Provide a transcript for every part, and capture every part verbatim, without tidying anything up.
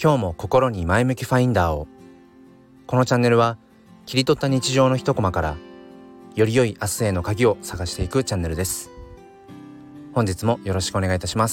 今日も心に前向きファインダーを。このチャンネルは切り取った日常の一コマからより良い明日への鍵を探していくチャンネルです。本日もよろしくお願いいたします。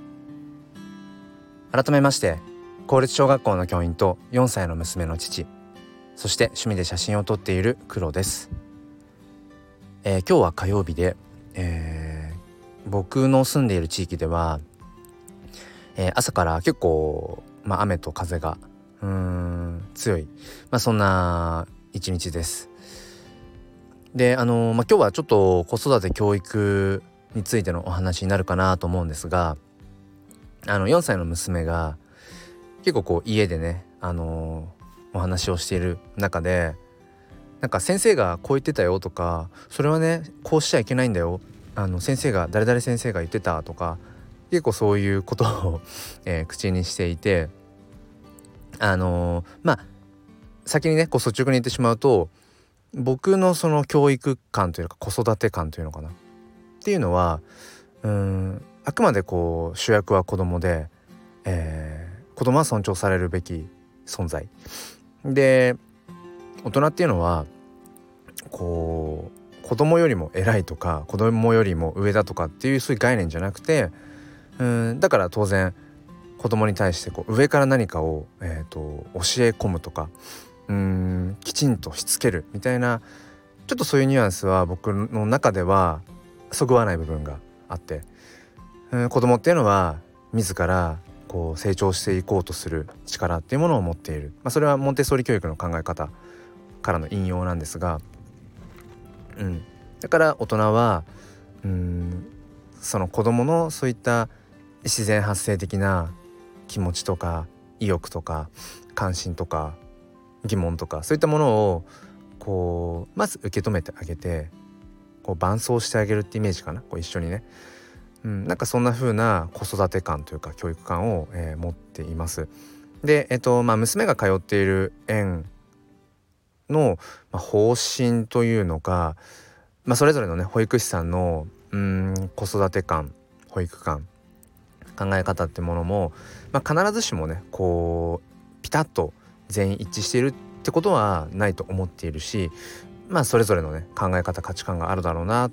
改めまして、公立小学校の教員とよんさいの娘の父、そして趣味で写真を撮っている黒です。えー、今日は火曜日で、えー、僕の住んでいる地域では、えー、朝から結構、まあ、雨と風がうーん強い、まあ、そんな一日です。で、あのーまあ、今日はちょっと子育て教育についてのお話になるかなと思うんですが、あのよんさいの娘が結構こう家でね、あのー、お話をしている中で、なんか先生がこう言ってたよとか、それはねこうしちゃいけないんだよ、あの先生が誰々先生が言ってたとか、結構そういうことを、えー、口にしていて、あのー、まあ先にねこう率直に言ってしまうと、僕のその教育観というか子育て観というのかなっていうのは、うーんあくまでこう主役は子供で、えー、子供は尊重されるべき存在で、大人っていうのはこう子供よりも偉いとか子供よりも上だとかっていうそういう概念じゃなくて、うーんだから当然子供に対してこう上から何かを、えーと、教え込むとか、うーんきちんとしつけるみたいな、ちょっとそういうニュアンスは僕の中ではそぐわない部分があって、うん、子供っていうのは自らこう成長していこうとする力っていうものを持っている、まあ、それはモンテッソーリ教育の考え方からの引用なんですが、うん、だから大人はうーんその子供のそういった自然発生的な気持ちとか意欲とか関心とか疑問とか、そういったものをこうまず受け止めてあげて、こう伴走してあげるってイメージかな、こう一緒にね、うん、なんかそんな風な子育て観というか教育観を、えー持っています。で、えっとまあ娘が通っている園の、まあ、方針というのが、まあ、それぞれのね保育士さんのうーん子育て観、保育観、考え方ってものも、まあ、必ずしもねこうピタッと全員一致しているってことはないと思っているし、まあそれぞれのね考え方価値観があるだろうなって、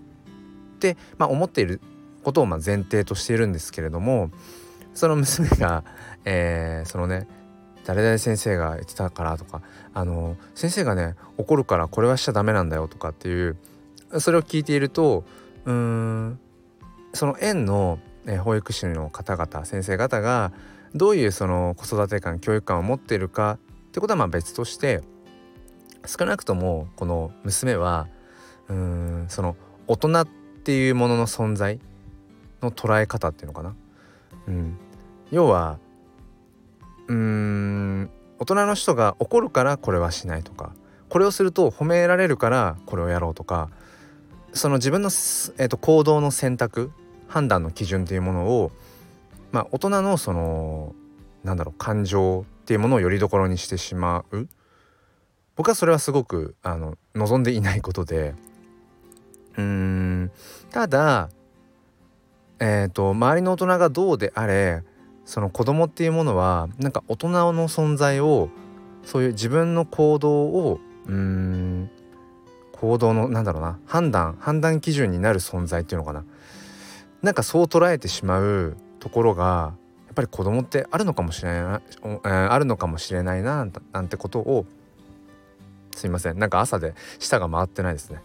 まあ、思っていることをまあ前提としているんですけれども、その娘が、えー、そのね誰々先生が言ってたからとか、あの先生がね怒るからこれはしちゃダメなんだよとかっていう、それを聞いていると、うーんその園の、えー、保育士の方々先生方がどういうその子育て観教育観を持っているかってことはまあ別として、少なくともこの娘はうーんその大人っていうものの存在の捉え方っていうのかな、うん、要はうーん大人の人が怒るからこれはしないとか、これをすると褒められるからこれをやろうとか、その自分の、えーと、行動の選択判断の基準っていうものを、まあ、大人のそのなんだろう感情っていうものをよりどころにしてしまう。僕はそれはすごくあの望んでいないことで、うーんただえーと周りの大人がどうであれ、その子供っていうものはなんか大人の存在を、そういう自分の行動をうーん行動のなんだろうな判断判断基準になる存在っていうのかな、なんかそう捉えてしまうところがやっぱり子供ってあるのかもしれないな、えーあるのかもしれないななんてことを、すいませんなんか朝で舌が回ってないですね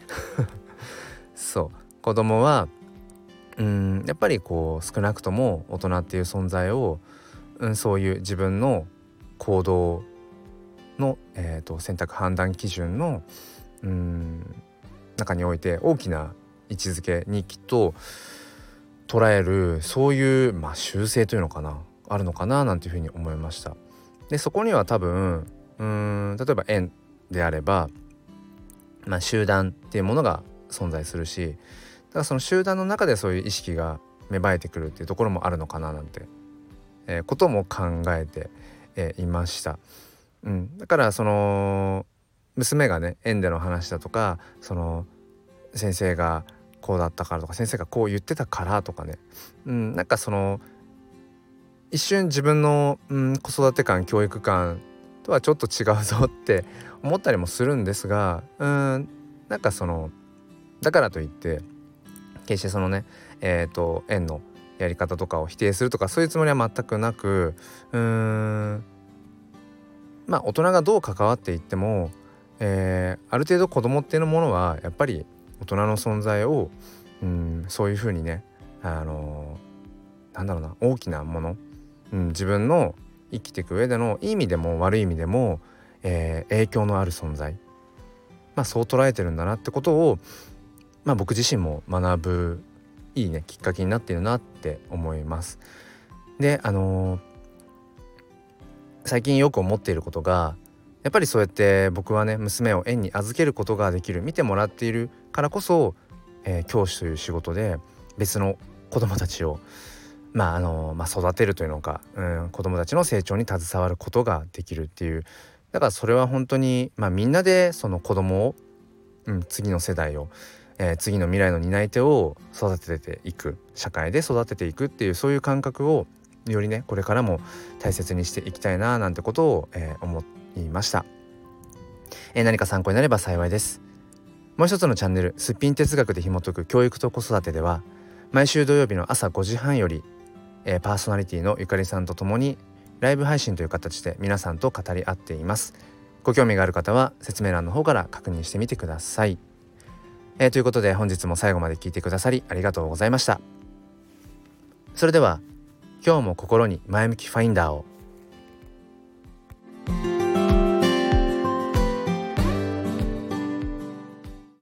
そう子供はうーんやっぱりこう少なくとも大人っていう存在を、うん、そういう自分の行動の、えーと、選択判断基準のうーん中において大きな位置づけにきっと捉える、そういう、まあ、習性というのかなあるのかななんていうふうに思いました。でそこには多分うーん例えば園であれば、まあ、集団っていうものが存在するし、だからその集団の中でそういう意識が芽生えてくるっていうところもあるのかななんて、えー、ことも考えて、えー、いました。うん、だからその娘がね園での話だとか、その先生がこうだったからとか先生がこう言ってたからとかね、うん、なんかその一瞬自分の、うん、子育て観教育観とはちょっと違うぞって思ったりもするんですが、うんなんかそのだからといって決してそのねえっ、ー、と園のやり方とかを否定するとかそういうつもりは全くなく、うーんまあ大人がどう関わっていっても、えー、ある程度子供っていうものはやっぱり大人の存在をうんそういうふうにねあのー、なんだろうな大きなもの、うん、自分の生きていく上でのいい意味でも悪い意味でも、えー、影響のある存在、まあそう捉えてるんだなってことを、まあ、僕自身も学ぶいいねきっかけになっているなって思います。であのー、最近よく思っていることがやっぱりそうやって僕はね娘を園に預けることができる見てもらっているからこそ、えー、教師という仕事で別の子どもたちをまああのまあ、育てるというのか、うん、子どもたちの成長に携わることができるっていう、だからそれは本当に、まあ、みんなでその子どもを、うん、次の世代を、えー、次の未来の担い手を育てていく、社会で育てていくっていうそういう感覚をよりねこれからも大切にしていきたいななんてことを、えー、思いました。えー、何か参考になれば幸いです。もう一つのチャンネルすっぴん哲学で紐解く教育と子育てでは毎週土曜日の朝ごじはんよりえー、パーソナリティのゆかりさんと共にライブ配信という形で皆さんと語り合っています。ご興味がある方は説明欄の方から確認してみてください。えー、ということで本日も最後まで聞いてくださりありがとうございました。それでは今日も心に前向きファインダーを。